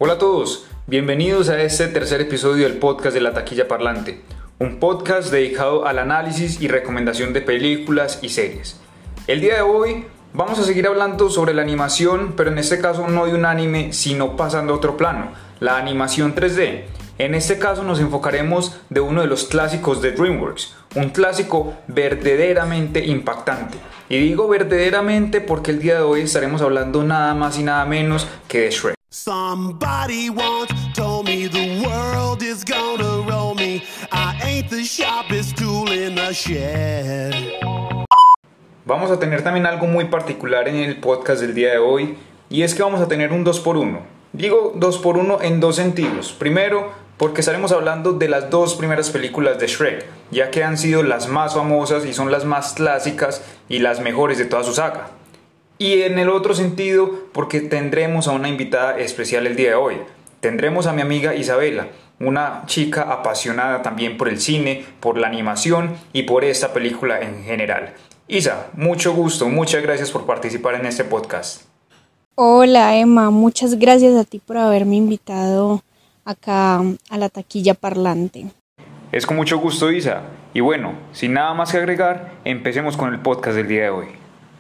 Hola a todos, bienvenidos a este tercer episodio del podcast de La Taquilla Parlante, un podcast dedicado al análisis y recomendación de películas y series. El día de hoy vamos a seguir hablando sobre la animación, pero en este caso no de un anime, sino pasando a otro plano, la animación 3D. En este caso nos enfocaremos de uno de los clásicos de DreamWorks, un clásico verdaderamente impactante. Y digo verdaderamente porque el día de hoy estaremos hablando nada más y nada menos que de Shrek. Somebody once told me the world is gonna roll me. I ain't the sharpest tool in the shed. Vamos a tener también algo muy particular en el podcast del día de hoy, y es que vamos a tener un 2x1. Digo 2x1 en dos sentidos. Primero, porque estaremos hablando de las dos primeras películas de Shrek, ya que han sido las más famosas y son las más clásicas y las mejores de toda su saga. Y en el otro sentido, porque tendremos a una invitada especial el día de hoy. Tendremos a mi amiga Isabela, una chica apasionada también por el cine, por la animación y por esta película en general. Isa, mucho gusto, muchas gracias por participar en este podcast. Hola Emma, muchas gracias a ti por haberme invitado acá a la Taquilla Parlante. Es con mucho gusto, Isa. Y bueno, sin nada más que agregar, empecemos con el podcast del día de hoy.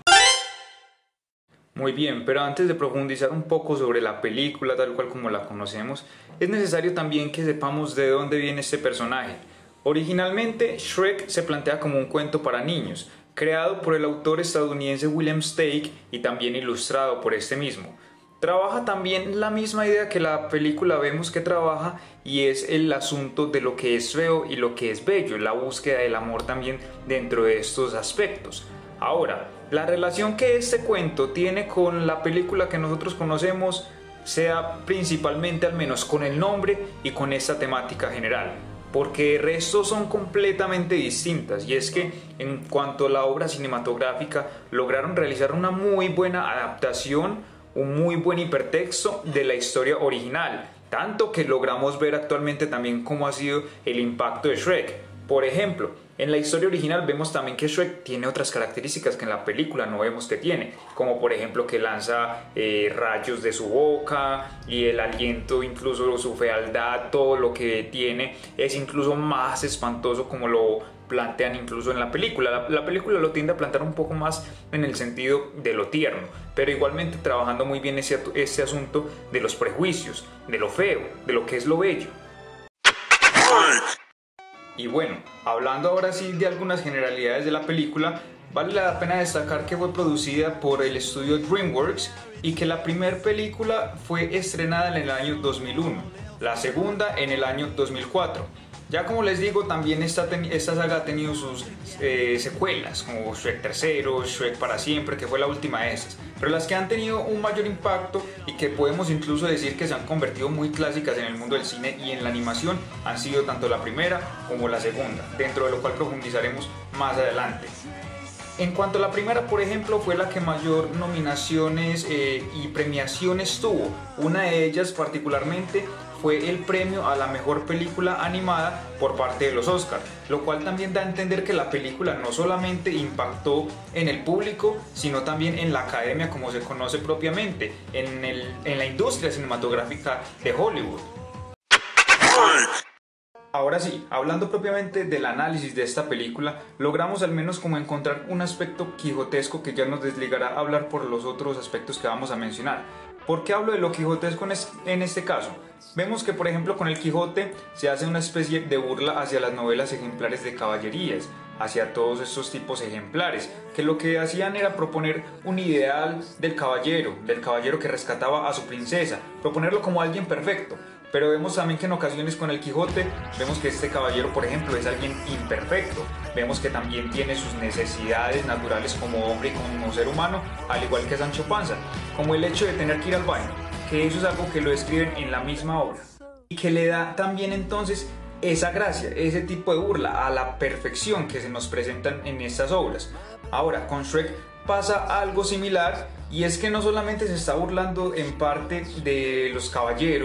Muy bien, pero antes de profundizar un poco sobre la película tal cual como la conocemos, es necesario también que sepamos de dónde viene este personaje. Originalmente, Shrek se plantea como un cuento para niños, creado por el autor estadounidense William Steig y también ilustrado por este mismo. Trabaja también la misma idea que la película vemos que trabaja, y es el asunto de lo que es feo y lo que es bello, la búsqueda del amor también dentro de estos aspectos. Ahora, la relación que este cuento tiene con la película que nosotros conocemos sea principalmente al menos con el nombre y con esta temática general, porque el resto son completamente distintas, y es que en cuanto a la obra cinematográfica lograron realizar una muy buena adaptación, un muy buen hipertexto de la historia original, tanto que logramos ver actualmente también cómo ha sido el impacto de Shrek. Por ejemplo, en la historia original vemos también que Shrek tiene otras características que en la película no vemos que tiene, como por ejemplo que lanza rayos de su boca, y el aliento, incluso su fealdad, todo lo que tiene es incluso más espantoso como lo plantean incluso en la película. La película lo tiende a plantear un poco más en el sentido de lo tierno, pero igualmente trabajando muy bien ese asunto de los prejuicios, de lo feo, de lo que es lo bello. Y bueno, hablando ahora sí de algunas generalidades de la película, vale la pena destacar que fue producida por el estudio DreamWorks y que la primera película fue estrenada en el año 2001, la segunda en el año 2004. Ya como les digo, también esta saga ha tenido sus secuelas, como Shrek 3, Shrek para siempre, que fue la última de esas. Pero las que han tenido un mayor impacto y que podemos incluso decir que se han convertido muy clásicas en el mundo del cine y en la animación han sido tanto la primera como la segunda, dentro de lo cual profundizaremos más adelante. En cuanto a la primera, por ejemplo, fue la que mayor nominaciones y premiaciones tuvo. Una de ellas particularmente fue el premio a la mejor película animada por parte de los Oscars, lo cual también da a entender que la película no solamente impactó en el público, sino también en la academia como se conoce propiamente, en la industria cinematográfica de Hollywood. Ahora sí, hablando propiamente del análisis de esta película, logramos al menos como encontrar un aspecto quijotesco que ya nos desligará a hablar por los otros aspectos que vamos a mencionar. ¿Por qué hablo de lo quijotesco en este caso? Vemos que por ejemplo con el Quijote se hace una especie de burla hacia las novelas ejemplares de caballerías, hacia todos estos tipos ejemplares, que lo que hacían era proponer un ideal del caballero que rescataba a su princesa, proponerlo como alguien perfecto. Pero vemos también que en ocasiones con el Quijote vemos que este caballero, por ejemplo, es alguien imperfecto. Vemos que también tiene sus necesidades naturales como hombre y como ser humano, al igual que Sancho Panza, como el hecho de tener que ir al baño, que eso es algo que lo describen en la misma obra, y que le da también entonces esa gracia, ese tipo de burla a la perfección que se nos presentan en estas obras. Ahora, con Shrek pasa algo similar, y es que no solamente se está burlando en parte de los caballeros,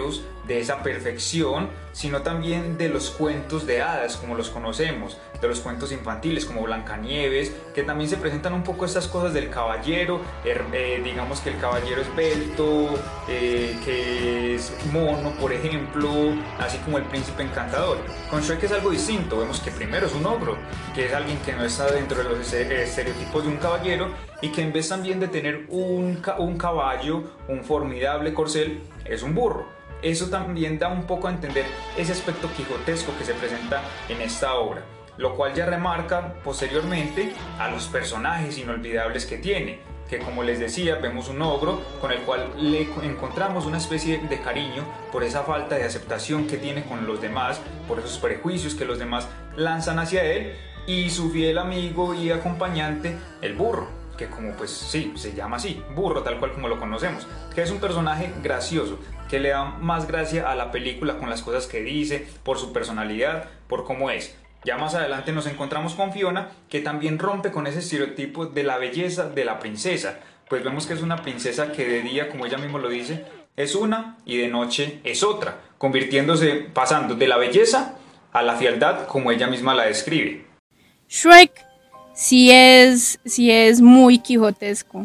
de esa perfección, sino también de los cuentos de hadas como los conocemos, de los cuentos infantiles como Blancanieves, que también se presentan un poco estas cosas del caballero, digamos que el caballero esbelto, que es mono, por ejemplo, así como el príncipe encantador. Con Shrek es algo distinto, vemos que primero es un ogro, que es alguien que no está dentro de los estereotipos de un caballero, y que en vez también de tener un caballo, un formidable corcel, es un burro. Eso también da un poco a entender ese aspecto quijotesco que se presenta en esta obra, lo cual ya remarca posteriormente a los personajes inolvidables que tiene, que como les decía, vemos un ogro con el cual le encontramos una especie de cariño por esa falta de aceptación que tiene con los demás, por esos prejuicios que los demás lanzan hacia él, y su fiel amigo y acompañante, el burro, que como pues sí, se llama así, burro, tal cual como lo conocemos, que es un personaje gracioso, que le da más gracia a la película con las cosas que dice, por su personalidad, por cómo es. Ya más adelante nos encontramos con Fiona, que también rompe con ese estereotipo de la belleza de la princesa, pues vemos que es una princesa que de día, como ella mismo lo dice, es una y de noche es otra, pasando de la belleza a la fealdad como ella misma la describe. Shrek sí es muy quijotesco.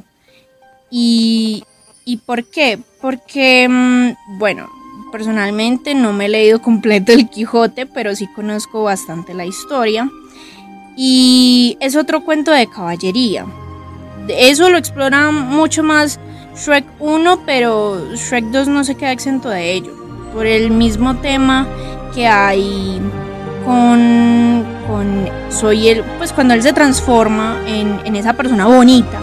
¿Y por qué? Porque, bueno, personalmente no me he leído completo el Quijote, pero sí conozco bastante la historia. Y es otro cuento de caballería. Eso lo explora mucho más Shrek 1, pero Shrek 2 no se queda exento de ello. Por el mismo tema que hay con pues cuando él se transforma en esa persona bonita.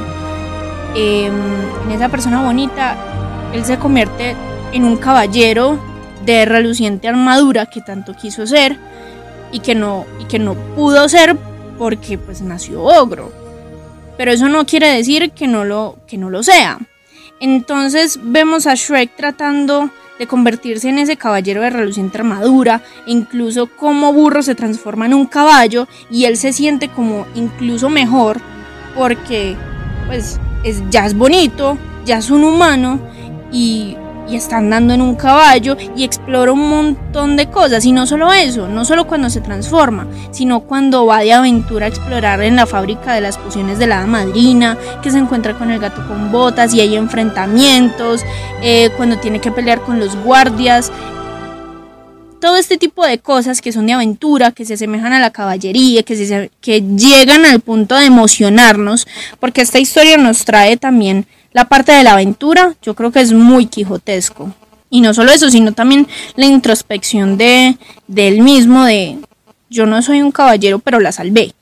En esa persona bonita, él se convierte en un caballero de reluciente armadura que tanto quiso ser y que no pudo ser porque pues nació ogro. Pero eso no quiere decir que no lo sea. Entonces vemos a Shrek tratando de convertirse en ese caballero de reluciente armadura, e incluso como burro se transforma en un caballo y él se siente como incluso mejor porque pues ya es bonito, ya es un humano y está andando en un caballo y explora un montón de cosas. Y no solo eso, no solo cuando se transforma, sino cuando va de aventura a explorar en la fábrica de las pociones de la hada madrina, que se encuentra con el gato con botas y hay enfrentamientos, cuando tiene que pelear con los guardias. Todo este tipo de cosas que son de aventura, que se asemejan a la caballería, que llegan al punto de emocionarnos, porque esta historia nos trae también la parte de la aventura. Yo creo que es muy quijotesco. Y no solo eso, sino también la introspección de él mismo, de yo no soy un caballero, pero la salvé.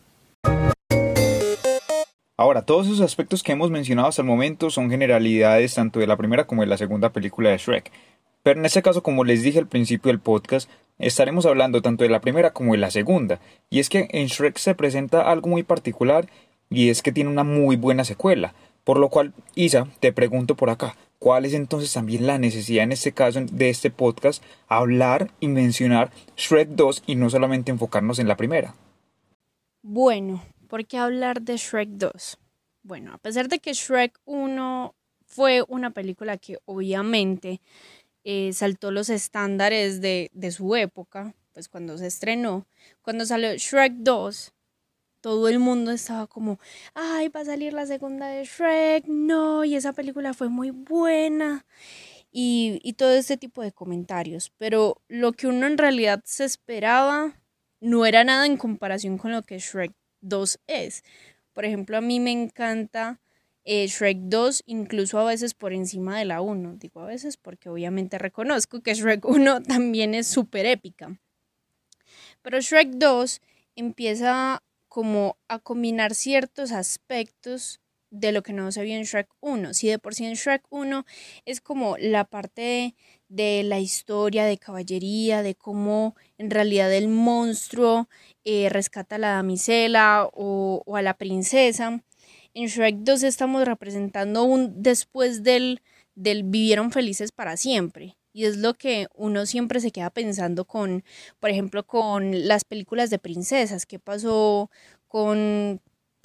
Ahora, todos esos aspectos que hemos mencionado hasta el momento son generalidades tanto de la primera como de la segunda película de Shrek. Pero en este caso, como les dije al principio del podcast, estaremos hablando tanto de la primera como de la segunda. Y es que en Shrek se presenta algo muy particular, y es que tiene una muy buena secuela. Por lo cual, Isa, te pregunto por acá, ¿cuál es entonces también la necesidad en este caso de este podcast hablar y mencionar Shrek 2 y no solamente enfocarnos en la primera? Bueno, ¿por qué hablar de Shrek 2? Bueno, a pesar de que Shrek 1 fue una película que obviamente saltó los estándares de su época, pues cuando se estrenó, cuando salió Shrek 2, todo el mundo estaba como, ay, va a salir la segunda de Shrek, no, y esa película fue muy buena, y todo este tipo de comentarios. Pero lo que uno en realidad se esperaba no era nada en comparación con lo que Shrek 2 es. Por ejemplo, a mí me encanta Shrek 2, incluso a veces por encima de la 1. Digo a veces porque obviamente reconozco que Shrek 1 también es súper épica. Pero Shrek 2 empieza como a combinar ciertos aspectos de lo que no se vio en Shrek 1. Si de por sí en Shrek 1 es como la parte de la historia de caballería, de cómo en realidad el monstruo rescata a la damisela o a la princesa. En Shrek 2 estamos representando un después del vivieron felices para siempre. Y es lo que uno siempre se queda pensando con, por ejemplo, con las películas de princesas. ¿Qué pasó con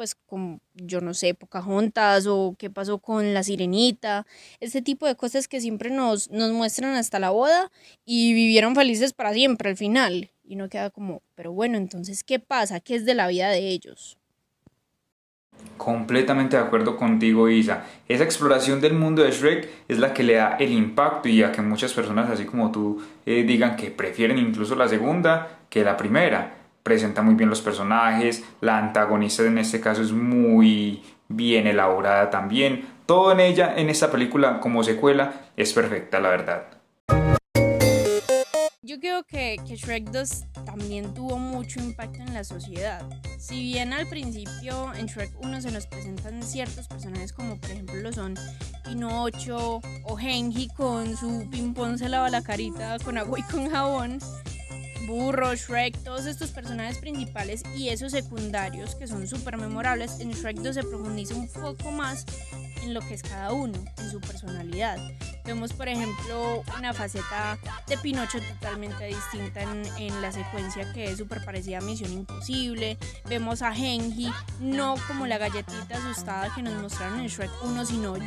pues con, yo no sé, Pocahontas o qué pasó con La Sirenita, este tipo de cosas que siempre nos muestran hasta la boda y vivieron felices para siempre al final. Y uno queda como, pero bueno, entonces, ¿qué pasa? ¿Qué es de la vida de ellos? Completamente de acuerdo contigo, Isa. Esa exploración del mundo de Shrek es la que le da el impacto y a que muchas personas, así como tú, digan que prefieren incluso la segunda que la primera. Presenta muy bien los personajes, la antagonista en este caso es muy bien elaborada también. Todo en ella, en esta película como secuela, es perfecta, la verdad. Yo creo que Shrek 2 también tuvo mucho impacto en la sociedad. Si bien al principio en Shrek 1 se nos presentan ciertos personajes como por ejemplo lo son Pinocho o Genji con su ping-pong se lava la carita con agua y con jabón, Burro, Shrek, todos estos personajes principales y esos secundarios que son súper memorables, en Shrek 2 se profundiza un poco más en lo que es cada uno, en su personalidad. Vemos, por ejemplo, una faceta de Pinocho totalmente distinta en la secuencia que es súper parecida a Misión Imposible. Vemos a Genji, no como la galletita asustada que nos mostraron en Shrek 1,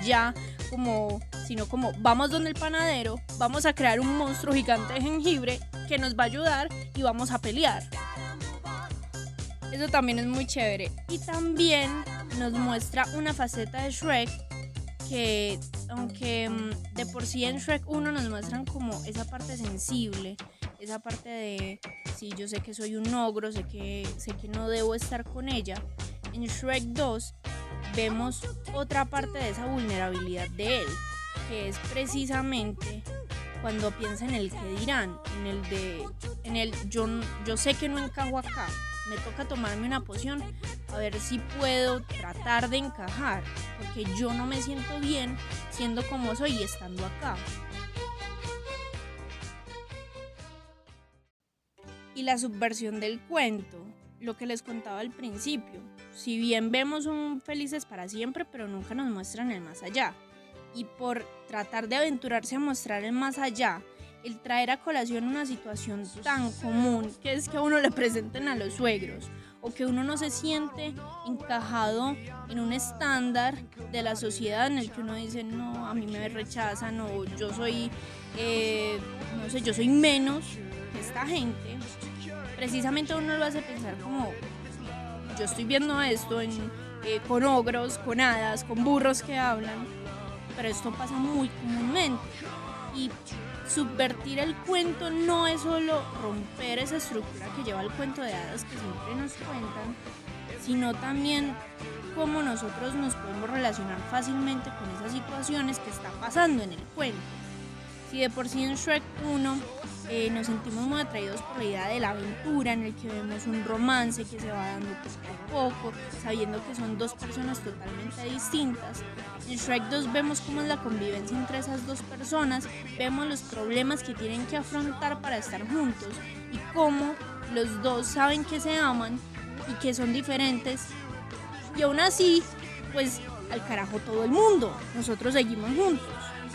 sino como vamos donde el panadero, vamos a crear un monstruo gigante de jengibre que nos va a ayudar y vamos a pelear. Eso también es muy chévere. Y también nos muestra una faceta de Shrek que, aunque de por sí en Shrek 1 nos muestran como esa parte sensible, esa parte de, sí, yo sé que soy un ogro, sé que no debo estar con ella. En Shrek 2 vemos otra parte de esa vulnerabilidad de él, que es precisamente cuando piensa en el que dirán, en el yo sé que no encajo acá, me toca tomarme una poción a ver si puedo tratar de encajar, porque yo no me siento bien siendo como soy y estando acá. Y la subversión del cuento, lo que les contaba al principio, si bien vemos un felices para siempre, pero nunca nos muestran el más allá. Y por tratar de aventurarse a mostrar el más allá, el traer a colación una situación tan común que es que a uno le presenten a los suegros o que uno no se siente encajado en un estándar de la sociedad en el que uno dice no, a mí me rechazan o yo soy no sé, yo soy menos que esta gente. Precisamente uno lo hace pensar como yo estoy viendo esto con ogros, con hadas, con burros que hablan, pero esto pasa muy comúnmente. Y subvertir el cuento no es solo romper esa estructura que lleva el cuento de hadas que siempre nos cuentan, sino también cómo nosotros nos podemos relacionar fácilmente con esas situaciones que está pasando en el cuento. Si de por sí en Shrek 1 nos sentimos muy atraídos por la idea de la aventura, en el que vemos un romance que se va dando poco a poco, sabiendo que son dos personas totalmente distintas. En Shrek 2 vemos cómo es la convivencia entre esas dos personas, vemos los problemas que tienen que afrontar para estar juntos y cómo los dos saben que se aman y que son diferentes y aún así, pues al carajo todo el mundo, nosotros seguimos juntos.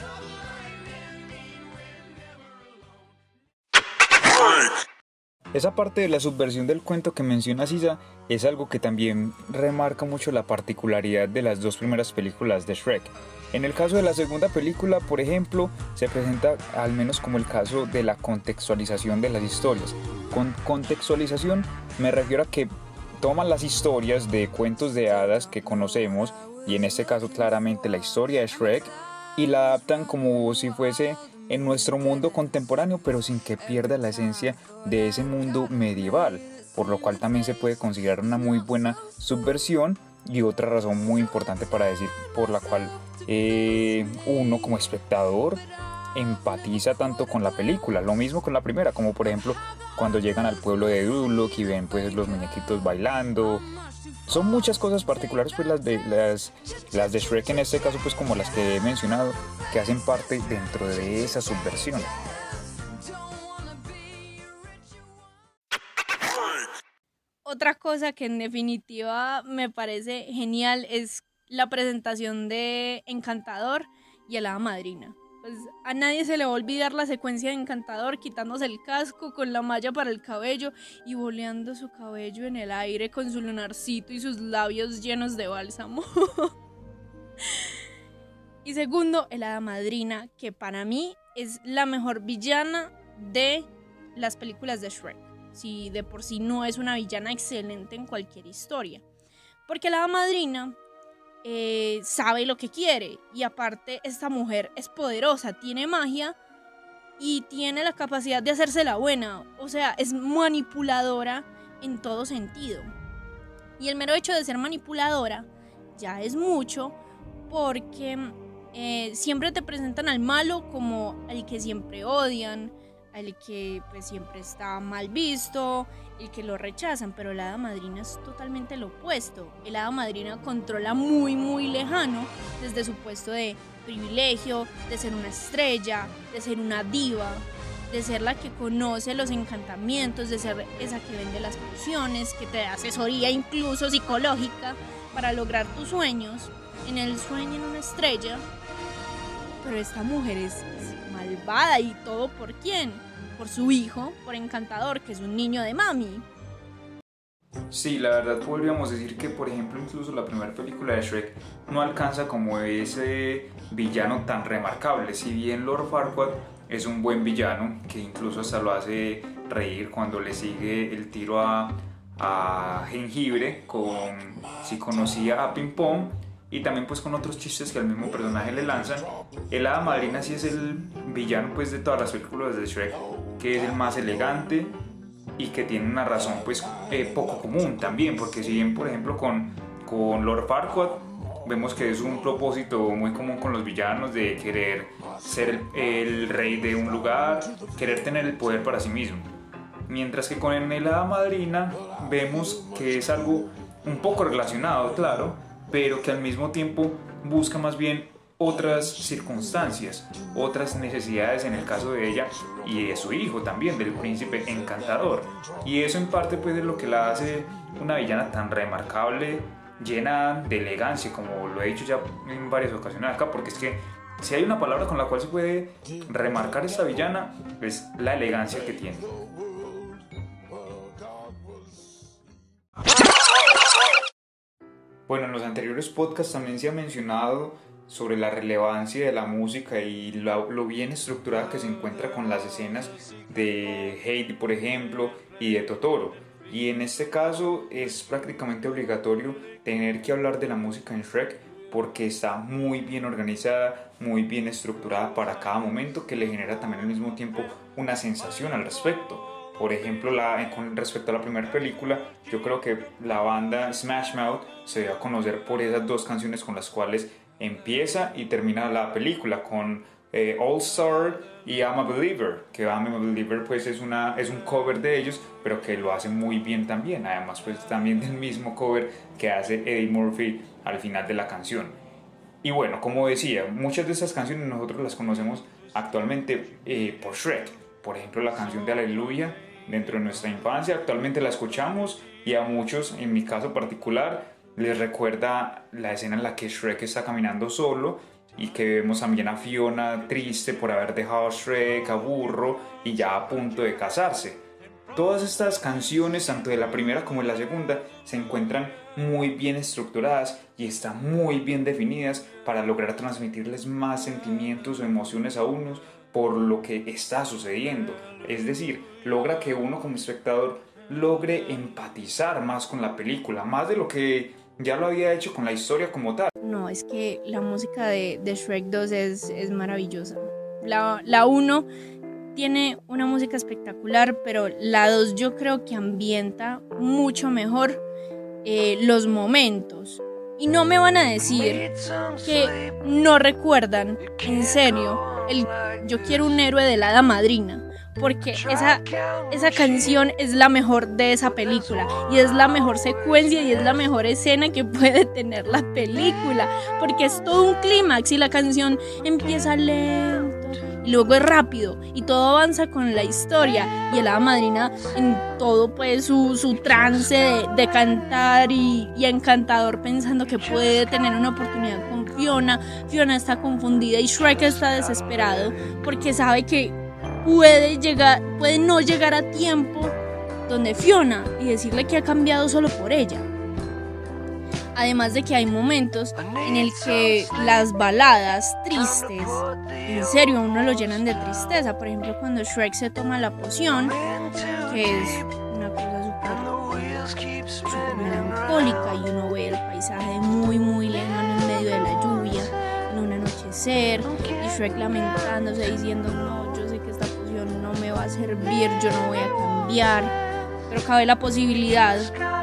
Esa parte de la subversión del cuento que menciona Isa es algo que también remarca mucho la particularidad de las dos primeras películas de Shrek. En el caso de la segunda película, por ejemplo, se presenta al menos como el caso de la contextualización de las historias. Con contextualización me refiero a que toman las historias de cuentos de hadas que conocemos, y en este caso claramente la historia de Shrek, y la adaptan como si fuese en nuestro mundo contemporáneo, pero sin que pierda la esencia de ese mundo medieval, por lo cual también se puede considerar una muy buena subversión. Y otra razón muy importante para decir por la cual uno como espectador empatiza tanto con la película, lo mismo con la primera, como por ejemplo cuando llegan al pueblo de Duloc y ven pues los muñequitos bailando. Son muchas cosas particulares, pues las de Shrek en este caso, pues como las que he mencionado, que hacen parte dentro de esa subversión. Otra cosa que en definitiva me parece genial es la presentación de Encantador y el Hada Madrina. pues a nadie se le va a olvidar la secuencia de Encantador quitándose el casco con la malla para el cabello y boleando su cabello en el aire con su lunarcito y sus labios llenos de bálsamo. Y segundo, el Hada Madrina, que para mí es la mejor villana de las películas de Shrek. Si de por sí no es una villana excelente en cualquier historia. Porque la Hada Madrina sabe lo que quiere. Y aparte, esta mujer es poderosa, tiene magia y tiene la capacidad de hacerse la buena. O sea, es manipuladora en todo sentido. Y el mero hecho de ser manipuladora ya es mucho, porque siempre te presentan al malo como el que siempre odian, al que pues siempre está mal visto, el que lo rechazan, pero la Hada Madrina es totalmente lo opuesto. El Hada Madrina controla muy muy lejano, desde su puesto de privilegio, de ser una estrella, de ser una diva, de ser la que conoce los encantamientos, de ser esa que vende las pociones, que te da asesoría incluso psicológica para lograr tus sueños. En el sueño en una estrella, pero esta mujer es malvada. ¿Y todo por quién? Por su hijo, por Encantador, que es un niño de mami. Sí, la verdad podríamos decir que, por ejemplo, incluso la primera película de Shrek no alcanza como ese villano tan remarcable. Si bien Lord Farquaad es un buen villano, que incluso hasta lo hace reír cuando le sigue el tiro a Jengibre con Si conocía a Ping Pong, y también pues con otros chistes que al mismo personaje le lanzan. El Hada Madrina sí es el villano pues de todas las películas de Shrek, que es el más elegante y que tiene una razón pues poco común también, porque si bien por ejemplo con Lord Farquaad vemos que es un propósito muy común con los villanos de querer ser el rey de un lugar, querer tener el poder para sí mismo, mientras que con el Hada Madrina vemos que es algo un poco relacionado, claro, pero que al mismo tiempo busca más bien otras circunstancias, otras necesidades en el caso de ella y de su hijo también, del príncipe encantador. Y eso en parte pues es lo que la hace una villana tan remarcable, llena de elegancia, como lo he dicho ya en varias ocasiones acá, porque es que si hay una palabra con la cual se puede remarcar esta villana, es la elegancia que tiene. Bueno, en los anteriores podcasts también se ha mencionado sobre la relevancia de la música y lo bien estructurada que se encuentra con las escenas de Heidi, por ejemplo, y de Totoro. Y en este caso es prácticamente obligatorio tener que hablar de la música en Shrek, porque está muy bien organizada, muy bien estructurada para cada momento, que le genera también al mismo tiempo una sensación al respecto. Por ejemplo, con respecto a la primera película, yo creo que la banda Smash Mouth se dio a conocer por esas dos canciones con las cuales empieza y termina la película, con All Star y I'm a Believer, que I'm a Believer pues es un cover de ellos, pero que lo hace muy bien también, además pues también del mismo cover que hace Eddie Murphy al final de la canción. Y bueno, como decía, muchas de estas canciones nosotros las conocemos actualmente por Shrek. Por ejemplo, la canción de Aleluya, dentro de nuestra infancia, actualmente la escuchamos y a muchos, en mi caso particular, les recuerda la escena en la que Shrek está caminando solo y que vemos también a Fiona triste por haber dejado a Shrek, a Burro y ya a punto de casarse. Todas estas canciones, tanto de la primera como de la segunda, se encuentran muy bien estructuradas y están muy bien definidas para lograr transmitirles más sentimientos o emociones a unos por lo que está sucediendo. Es decir, logra que uno como espectador logre empatizar más con la película, más de lo que ya lo había hecho con la historia como tal. No, es que la música de Shrek 2 es maravillosa. La 1 tiene una música espectacular, pero la 2 yo creo que ambienta mucho mejor los momentos. Y no me van a decir que no recuerdan, en serio, Yo quiero un héroe de la Hada Madrina, porque esa canción es la mejor de esa película y es la mejor secuencia y es la mejor escena que puede tener la película, porque es todo un clímax y la canción empieza lento y luego es rápido y todo avanza con la historia y el hada madrina en todo pues su trance de cantar y encantador pensando que puede tener una oportunidad con Fiona. Fiona está confundida y Shrek está desesperado porque sabe que puede no llegar a tiempo donde Fiona y decirle que ha cambiado solo por ella. Además de que hay momentos en el que las baladas tristes, en serio, a uno lo llenan de tristeza. Por ejemplo, cuando Shrek se toma la poción, que es una cosa súper melancólica, y uno ve el paisaje muy muy lejano en medio de la lluvia, en un anochecer, y Shrek lamentándose diciendo: no, yo sé que esta poción no me va a servir, yo no voy a cambiar, pero cabe la posibilidad.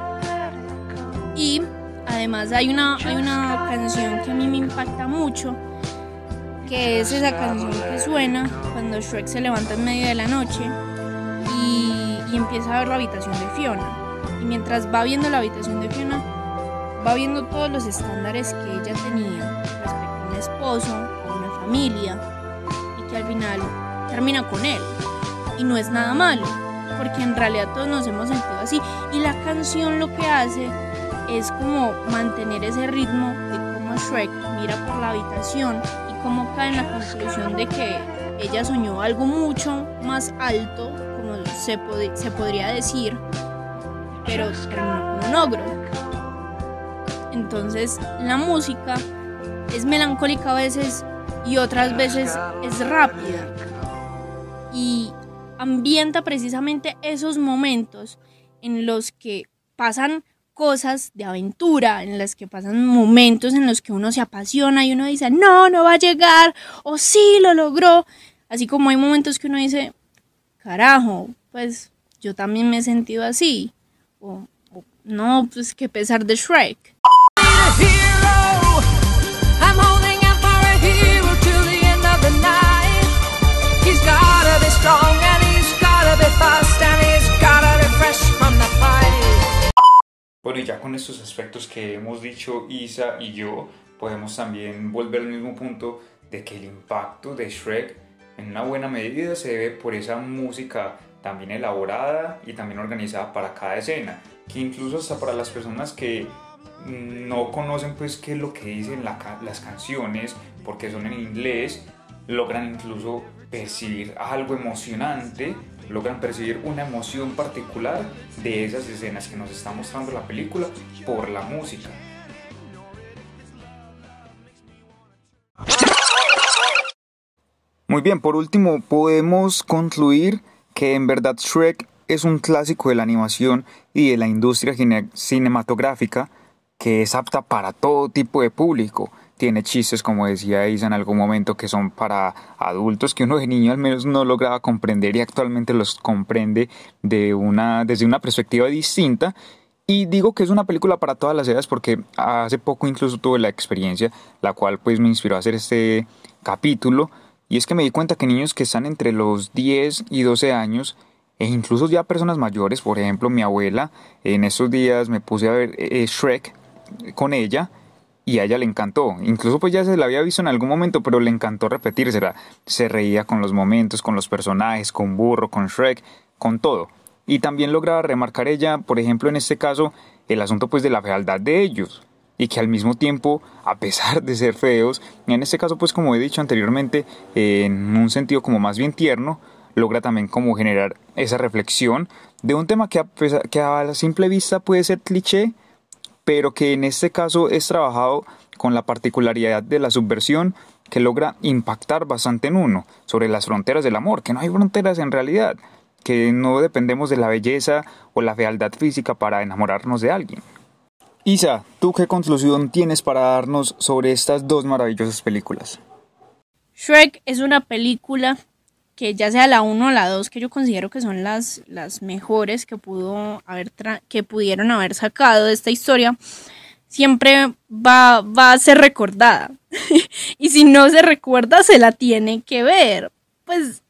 Y además hay una canción que a mí me impacta mucho, que es esa canción que suena cuando Shrek se levanta en medio de la noche y empieza a ver la habitación de Fiona. Y mientras va viendo la habitación de Fiona, va viendo todos los estándares que ella tenía respecto a un esposo, a una familia, y que al final termina con él. Y no es nada malo, porque en realidad todos nos hemos sentido así. Y la canción lo que hace es como mantener ese ritmo de cómo Shrek mira por la habitación y cómo cae en la conclusión de que ella soñó algo mucho más alto, como se podría decir, pero terminó con un ogro. Entonces la música es melancólica a veces y otras veces es rápida y ambienta precisamente esos momentos en los que pasan cosas de aventura, en las que pasan momentos en los que uno se apasiona y uno dice: no va a llegar, o sí, lo logró. Así como hay momentos que uno dice: carajo, pues yo también me he sentido así, o no, pues qué pesar de Shrek. Bueno, y ya con estos aspectos que hemos dicho Isa y yo, podemos también volver al mismo punto de que el impacto de Shrek en una buena medida se debe por esa música también elaborada y también organizada para cada escena, que incluso hasta para las personas que no conocen pues qué es lo que dicen las canciones, porque son en inglés, logran incluso percibir algo emocionante, logran percibir una emoción particular de esas escenas que nos está mostrando la película por la música. Muy bien, por último podemos concluir que en verdad Shrek es un clásico de la animación y de la industria cinematográfica que es apta para todo tipo de público. Tiene chistes, como decía Isa en algún momento, que son para adultos, que uno de niño al menos no lograba comprender y actualmente los comprende desde una perspectiva distinta. Y digo que es una película para todas las edades porque hace poco incluso tuve la experiencia, la cual pues me inspiró a hacer este capítulo. Y es que me di cuenta que niños que están entre los 10 y 12 años, e incluso ya personas mayores, por ejemplo mi abuela, en estos días me puse a ver Shrek con ella, y a ella le encantó, incluso pues ya se la había visto en algún momento, pero le encantó repetírsela, se reía con los momentos, con los personajes, con Burro, con Shrek, con todo, y también lograba remarcar ella, por ejemplo en este caso, el asunto pues de la fealdad de ellos, y que al mismo tiempo, a pesar de ser feos, en este caso pues como he dicho anteriormente, en un sentido como más bien tierno, logra también como generar esa reflexión de un tema que a la simple vista puede ser cliché, pero que en este caso es trabajado con la particularidad de la subversión que logra impactar bastante en uno, sobre las fronteras del amor, que no hay fronteras en realidad, que no dependemos de la belleza o la fealdad física para enamorarnos de alguien. Isa, ¿tú qué conclusión tienes para darnos sobre estas dos maravillosas películas? Shrek es una película que ya sea la 1 o la 2, que yo considero que son las mejores que pudieron haber sacado de esta historia, siempre va a ser recordada. Y si no se recuerda, se la tiene que ver. Pues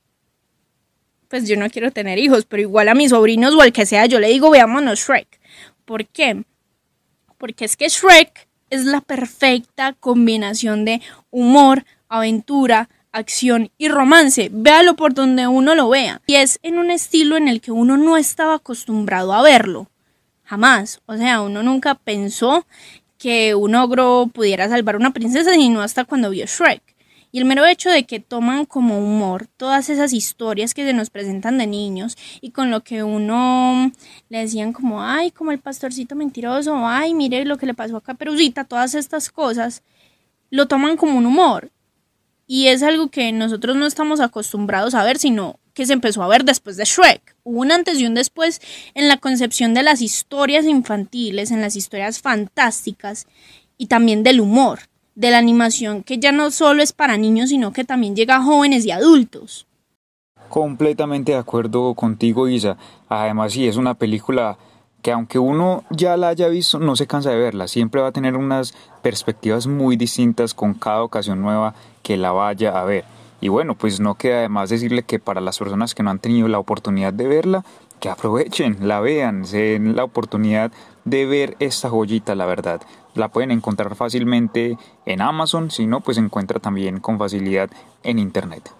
yo no quiero tener hijos, pero igual a mis sobrinos o al que sea, yo le digo: veámonos Shrek. ¿Por qué? Porque es que Shrek es la perfecta combinación de humor, aventura, acción y romance. Véalo por donde uno lo vea. Y es en un estilo en el que uno no estaba acostumbrado a verlo. Jamás. O sea, uno nunca pensó que un ogro pudiera salvar a una princesa, sino hasta cuando vio Shrek. Y el mero hecho de que toman como humor todas esas historias que se nos presentan de niños y con lo que uno le decían como, ay, como el pastorcito mentiroso, ay, mire lo que le pasó a Caperucita, todas estas cosas, lo toman como un humor. Y es algo que nosotros no estamos acostumbrados a ver, sino que se empezó a ver después de Shrek. Hubo un antes y un después en la concepción de las historias infantiles, en las historias fantásticas y también del humor, de la animación que ya no solo es para niños, sino que también llega a jóvenes y adultos. Completamente de acuerdo contigo, Isa. Además, sí, es una película que aunque uno ya la haya visto, no se cansa de verla. Siempre va a tener unas perspectivas muy distintas con cada ocasión nueva que la vaya a ver. Y bueno, pues no queda de más decirle que para las personas que no han tenido la oportunidad de verla, que aprovechen, la vean, se den la oportunidad de ver esta joyita, la verdad. La pueden encontrar fácilmente en Amazon, si no, pues se encuentra también con facilidad en internet.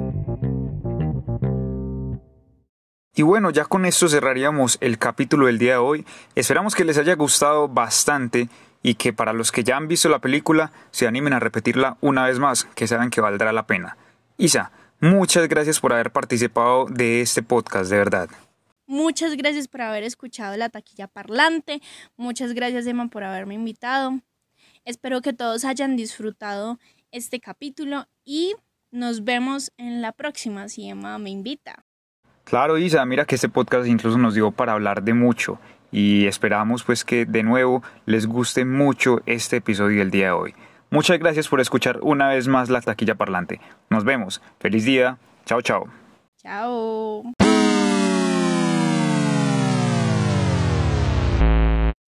Y bueno, ya con esto cerraríamos el capítulo del día de hoy. Esperamos que les haya gustado bastante y que para los que ya han visto la película se animen a repetirla una vez más, que saben que valdrá la pena. Isa, muchas gracias por haber participado de este podcast, de verdad. Muchas gracias por haber escuchado La Taquilla Parlante. Muchas gracias, Emma, por haberme invitado. Espero que todos hayan disfrutado este capítulo y nos vemos en la próxima, si Emma me invita. Claro, Isa, mira que este podcast incluso nos dio para hablar de mucho y esperamos pues que de nuevo les guste mucho este episodio del día de hoy. Muchas gracias por escuchar una vez más La Taquilla Parlante. Nos vemos. Feliz día. Chao, chao. Chao.